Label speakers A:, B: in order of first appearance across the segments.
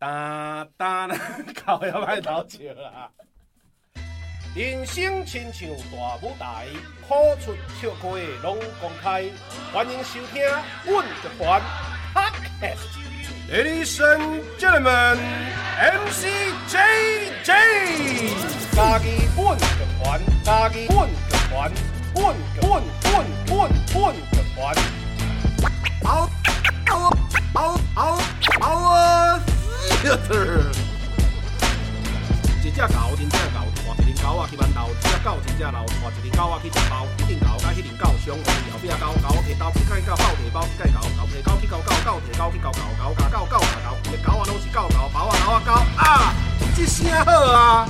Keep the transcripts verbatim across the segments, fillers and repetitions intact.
A: 哒哒啦，靠也歹偷笑啦。人生亲像大舞台，苦出笑开拢公开。欢迎收听《阮乐团 Podcast》。Ladies and gentlemen, M C J J， 家己阮乐团，家己阮乐团，阮阮阮阮阮乐团。嗷嗷嗷嗷嗷啊！一只狗，真正狗，带一只狗仔去馒头；一只狗，真正老，带一只狗仔去食包。一阵狗甲迄阵狗相互后壁狗，狗摕刀去解狗，狗摕包去解狗，狗摕狗去咬狗，狗摕狗去咬狗，狗咬狗，狗咬狗，一个狗仔拢是狗狗，包仔狗仔狗啊！这声好啊！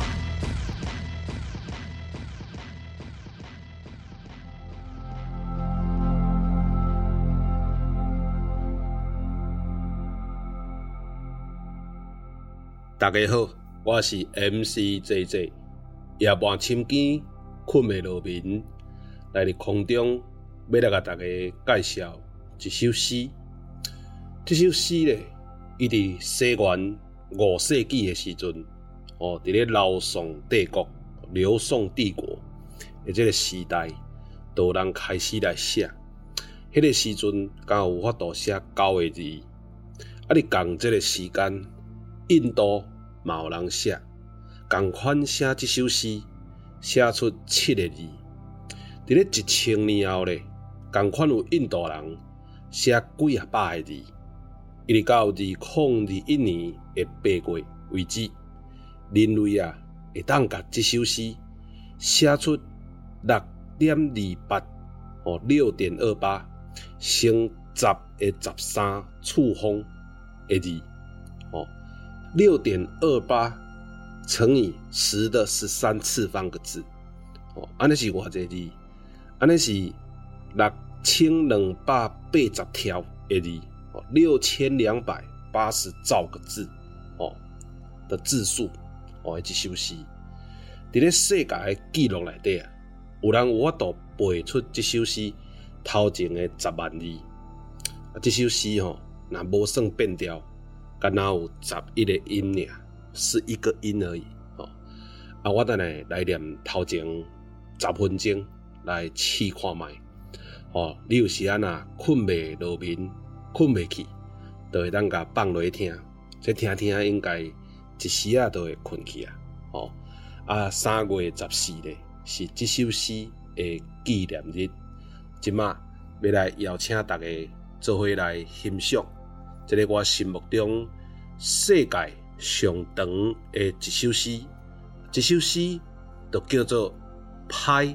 A: 大家好，我是 M C J J， 夜半深更困袂落眠，来伫空中要来甲大家介绍一首诗。这首诗咧，伊伫西元五世纪的时阵，哦，伫咧辽宋帝国、辽宋帝国的这个时代，就有人开始来写。迄个时阵刚好有法度写九个字，啊，你共这个时间，印度嘛有人写，同款写这首诗，写出七个字。伫咧一千年后咧，同款有印度人写几啊百个字，一直到二零二一年的八月为止，人类啊会当甲这首诗写出六点二八哦，六点二八乘十的十三次方的字哦。六点二八乘以十的十三次方个字，哦，安尼是偌济字？安尼是六千两百八十条的字，哦，六千两百八十兆个字，哦的字数，哦，这首诗，伫咧世界的记录内底啊，有人有法度背出这首诗头前的十万字，啊，这首诗吼，若无算变调。敢若有十一个音尔，是一个音而已。哦，啊，我等下来念头前十分钟来试看卖。哦，你有时啊若困袂落眠，困袂去，就会当甲放落去听。这听听应该一时啊就会困去啊。哦，啊，三月十四日是这首诗的纪念日。即马要来邀请大家做伙来欣赏。这个我心目中世界上长的一首诗，这首诗就叫做“歹”。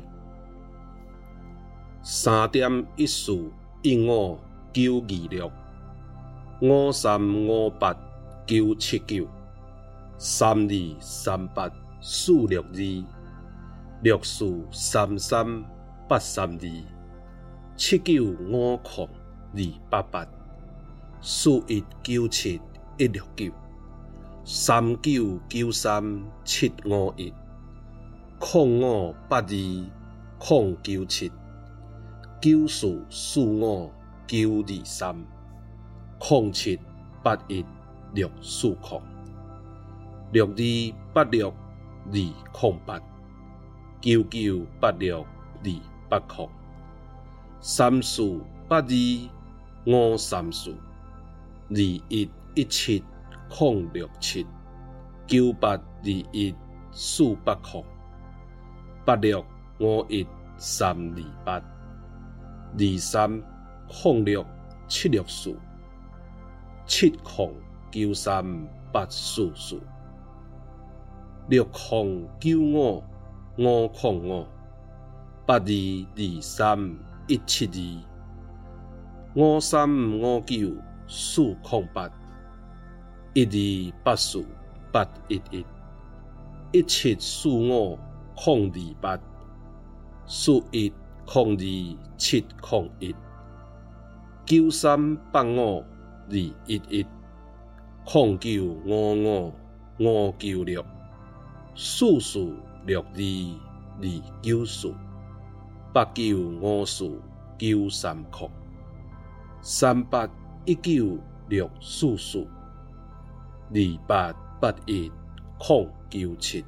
A: 三点一四一五九二六，五三五八九七九，三二三八四六二，六四三三八三二，七九五零二八八。四一九七一六九，三九九三七五一，零五八二零九七，九四四五九二三，零七八一六四零，六二八六二零八，九九八六二八零，三四八二五三四。二一一七零六七，九八二一四八零，八六五一三二八，二三零六七六四，七零九三八四四，六零九五五零五，八二二三一七二，五三五九。四零八，一二八四八一一，一七四五零二八，四一零二七零一，九三八五二一一，零九五五五九六，四四六二二九四，八九五四九三零，三八。一九六四四， 二八八一零九七，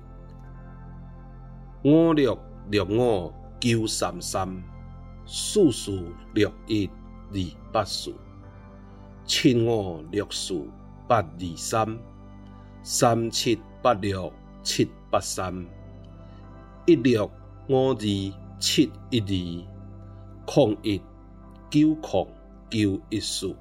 A: 五六六五九三三，四四六一二八四，七五六四八二三，三七八六七八三，一六五二七一二，零一九零九一四，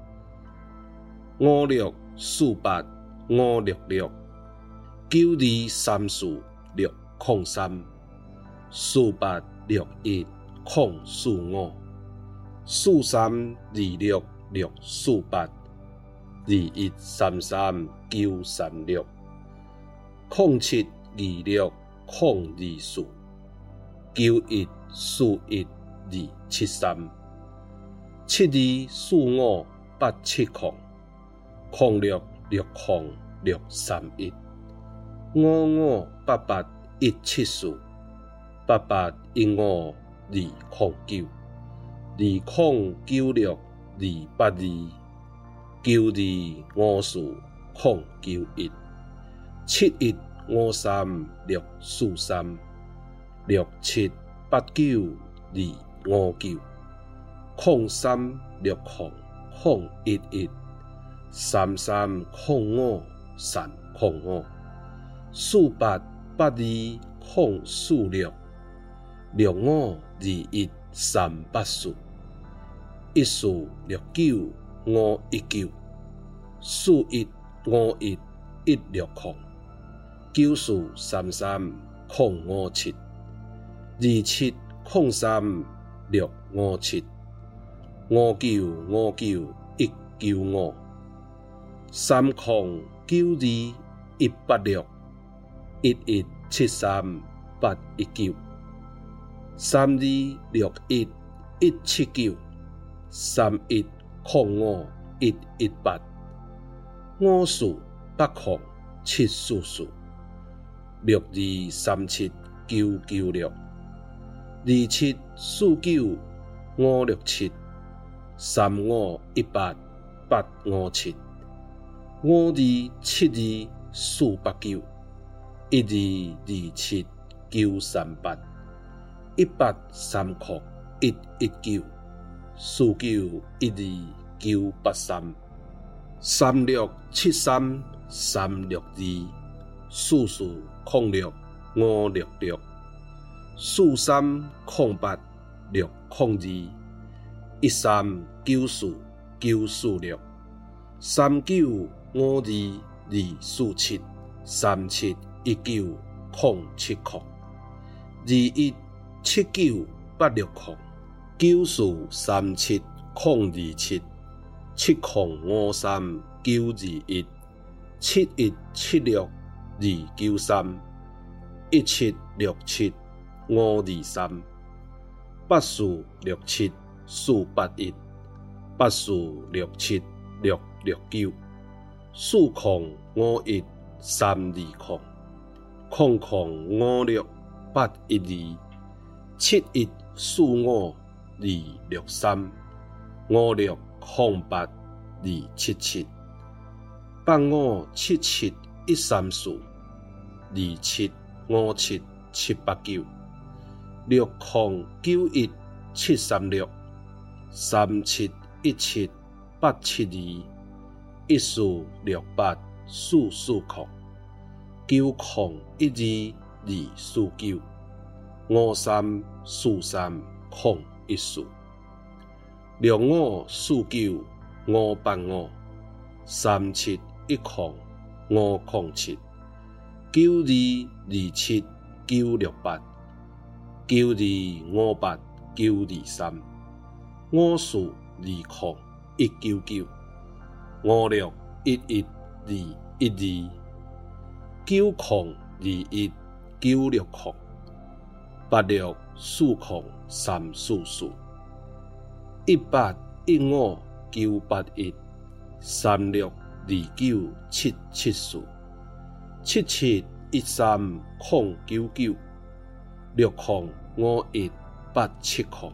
A: 五六四八五六六九二三四六零三，四八六一零四五，四三二六六四八，二一三三九三六，零七二六零二四，九一四一二七三，七二四五八七零，零六六零六三一，五五八八一七四，八八一五二零九，二零九六二八二，九二五四零九一，七一五三六四三，六七八九二五九，零三六零零一一，三三零五三零五，四八八二零四六，六五二一三八四，一四六九五一九，四一五一一六零，九四三三零五七，二七零三六五七，五九五九一九五，三零九二一八六，一一七三八一九，三二六一一七九，三一零五一一八，五四八零七四四，六二三七九九六，二七四九五六七，三五一八八五七，五二七二四八九，一二二七九三八，一八三零一一九，四九一二九八三，三六七三三六二，四四零六五六六，四三零八六零二，一三九四九四六，三九五二二四七，三七一九零七零，二一七九八六零，九四三七零二七，七零五三九二一，七一七六二九三，一七六七五二三，八四六七四八一，八四六七六六九，四零五一三二零，零零五六八一二，七一四五二六三，五六零八二七七，八五七七一三四，二七五七七八九，六零九一七三六，三七一七八七二，一四六八四四零，九零一二二四九，五三四三零一四，六五四九五八五，三七一零五零七，九二二七九六八，九二五八九二三，五四二零一九九，五六一一二一二，九零二一九六零，八六四零三四四，一八一五九八一，三六二九七七四，七七一三零九九，六零五一八七零，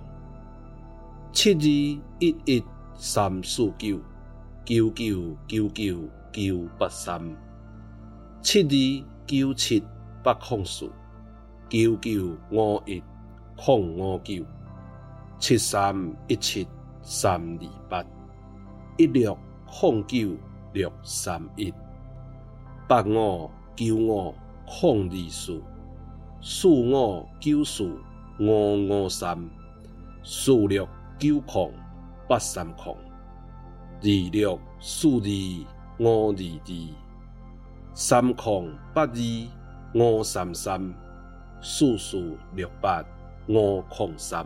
A: 七二一一三四九，九九九九九八三，七二九七八零四，九九五一零五九，七三一七三二八，一六零九六三一，八五九五零二四，四五九四五五三，四六九零八三零，二六四二五二二，三零八二五三三，四四六八五零三，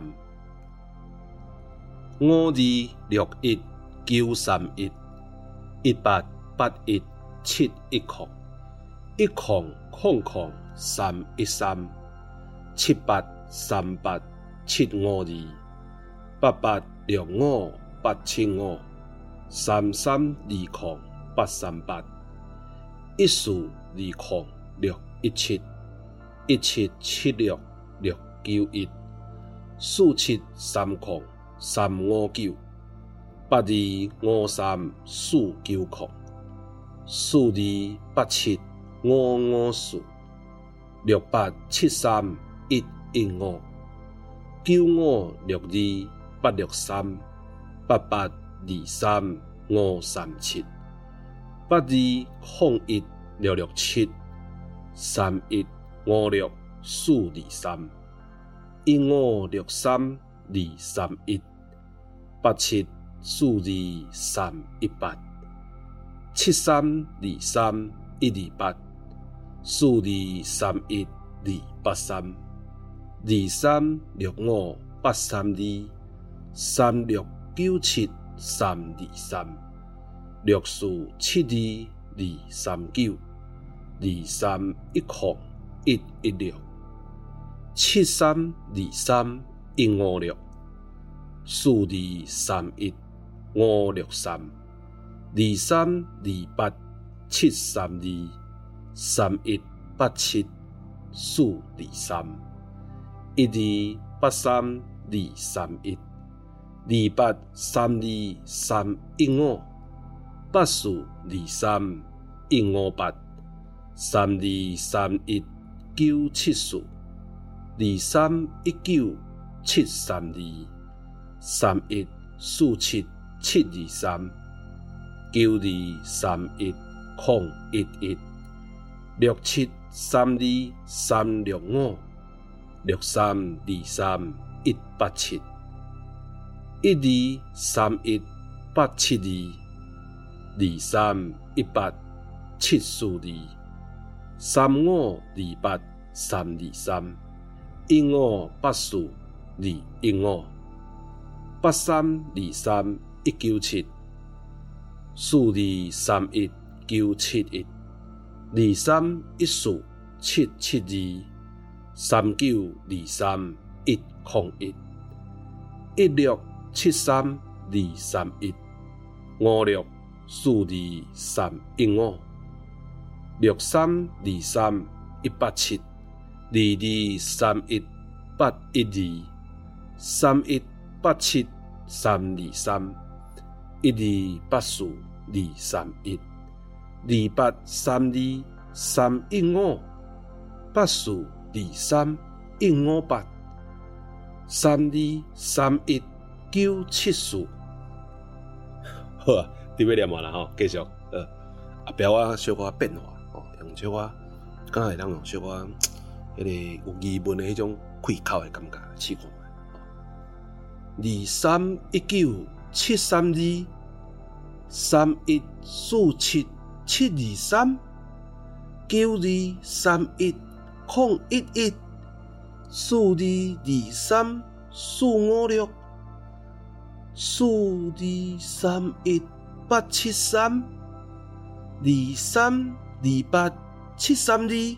A: 五二六一九三一，一八八一七一零，一零零零三一三，七八三八七五二，八八六五八七五，三三二零八三八，一四二零六一七，一七七六六九一，四七三零三五九，八二五三四九零，四二八七五五四，六八七三一一五，九五六二八六三，八八二三五三七，八二零一六六七，三一五六四二三，一五六三二三一，八七四二三一八，七三二三一二八，四二三一二八三，二三六五八三二，三六九七三二三，六四七二二三九，二三一零一一六，七三二三一五六，四二三一五六三，二三二八七三二，三一八七四二三，一二八三二三一，二八三二三一五，八四二三一五八，三二三一九七四，二三一九七三二，三一四七七二三，九二三一零一一，六七三二三六五，六三二三一八七，一二三一八七二，二三一八七四二，三五二八三二三，一五八四二一五，八三二三一九七，四二三一九七一，二三一四七七二，三九二三一零一，一六七三二三一，五六四二三一五，六三二三一八七，二二三一八一二，三一八七三二三，一二八四二三一，二八三二三一五，八四二三一五八，三二三一九七四。好啊，你要念完啦吼，继续。呃，后壁我小可变化哦，用小可，敢会当用小可，迄个有疑问的迄种开口的感觉试看觅。二三一九七三二，三一四七七二三，九二三一零一一，四二二三四五六，四二三一八七三，二三二八七三二，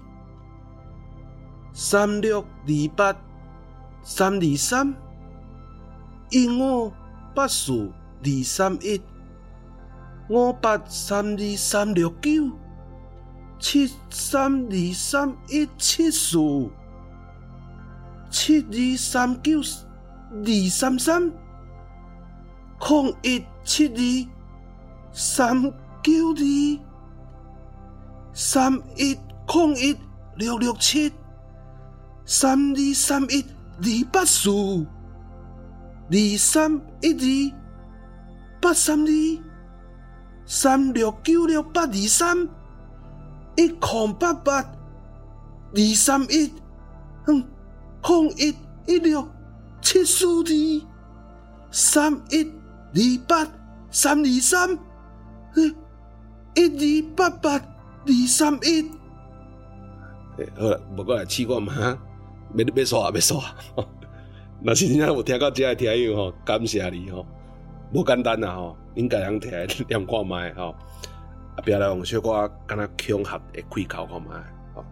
A: 三六二八三二三，一五八四二三一，五八三二三六九，七三二三一七四，七二三九二三三，零一七二三九二三一空一六六七，三二三一二八四，二三一二八三二，三六九六八二三，一空八八二三一，嗯，空一一六七四二，三一二八三二三，一二八八二三一。欸、好啦，无过来试看嘛，要要刷要刷。若是真正有听到这个听友吼，感谢你吼，无简单啊吼，恁家人听念看卖吼，啊，不要来用小可敢若恐吓的开口看卖吼。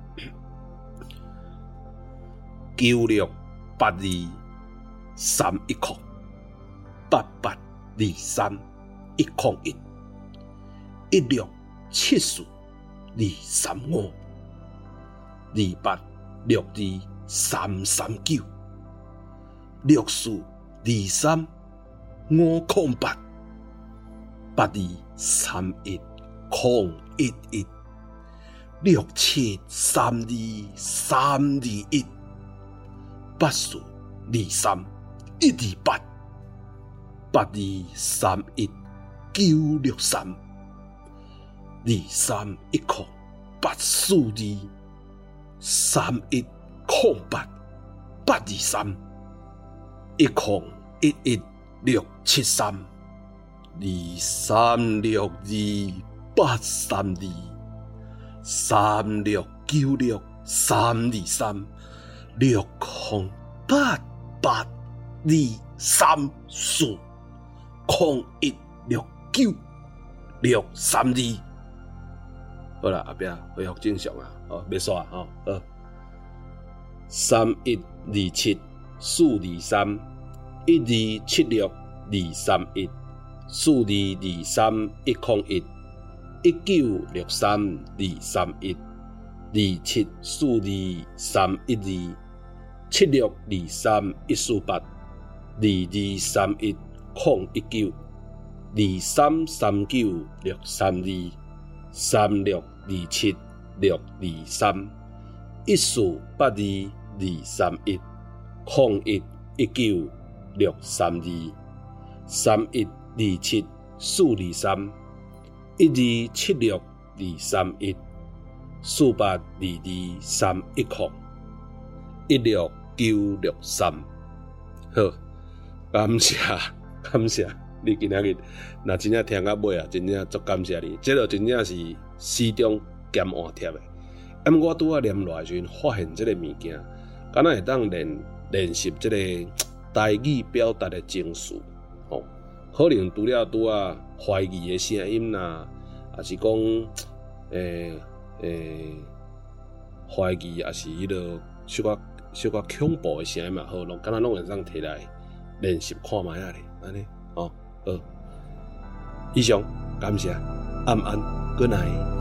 A: 九六八二三一空，八八二三一空一，一六七四二三五，二八六二三三九，六四二三五空八，八二三一空一一，六七三二三二一，八四二三一二八，八二三一九六三，二三一空八四二，三一空八八二三，一空一一六七三，二三六二八三二，三六九六三二三，六空八八二三四，空一六九六三二。好啦，后壁恢复正常啊，哦，要刷吼，好，三一二七四二三，一二七六二三一，四二二三一空一，一九六三二三一，二七四二三一二，七六二三一四八，二二三一空一九，二三三九六三二，三六二七六二三，一四八二二三一，空一一九六三二，三一二七四二三，一二七六二三一，四八二二三一空，一六九六三。好，感谢感谢你今仔日，若真正听到尾啊，真正足感谢你。这个真正是始终兼换贴的。啊，毋过我拄仔念落来时阵，发现这个物件，敢若会当练练习这个台语表达的情绪，吼、哦，可能除了拄仔怀疑的声音啦，也是讲诶诶怀疑，也是迄落小可小可恐怖的声音嘛，好，拢敢若拢会当摕来练习看卖啊咧，安尼，哦，好，以上感谢，晚安 ，Good night。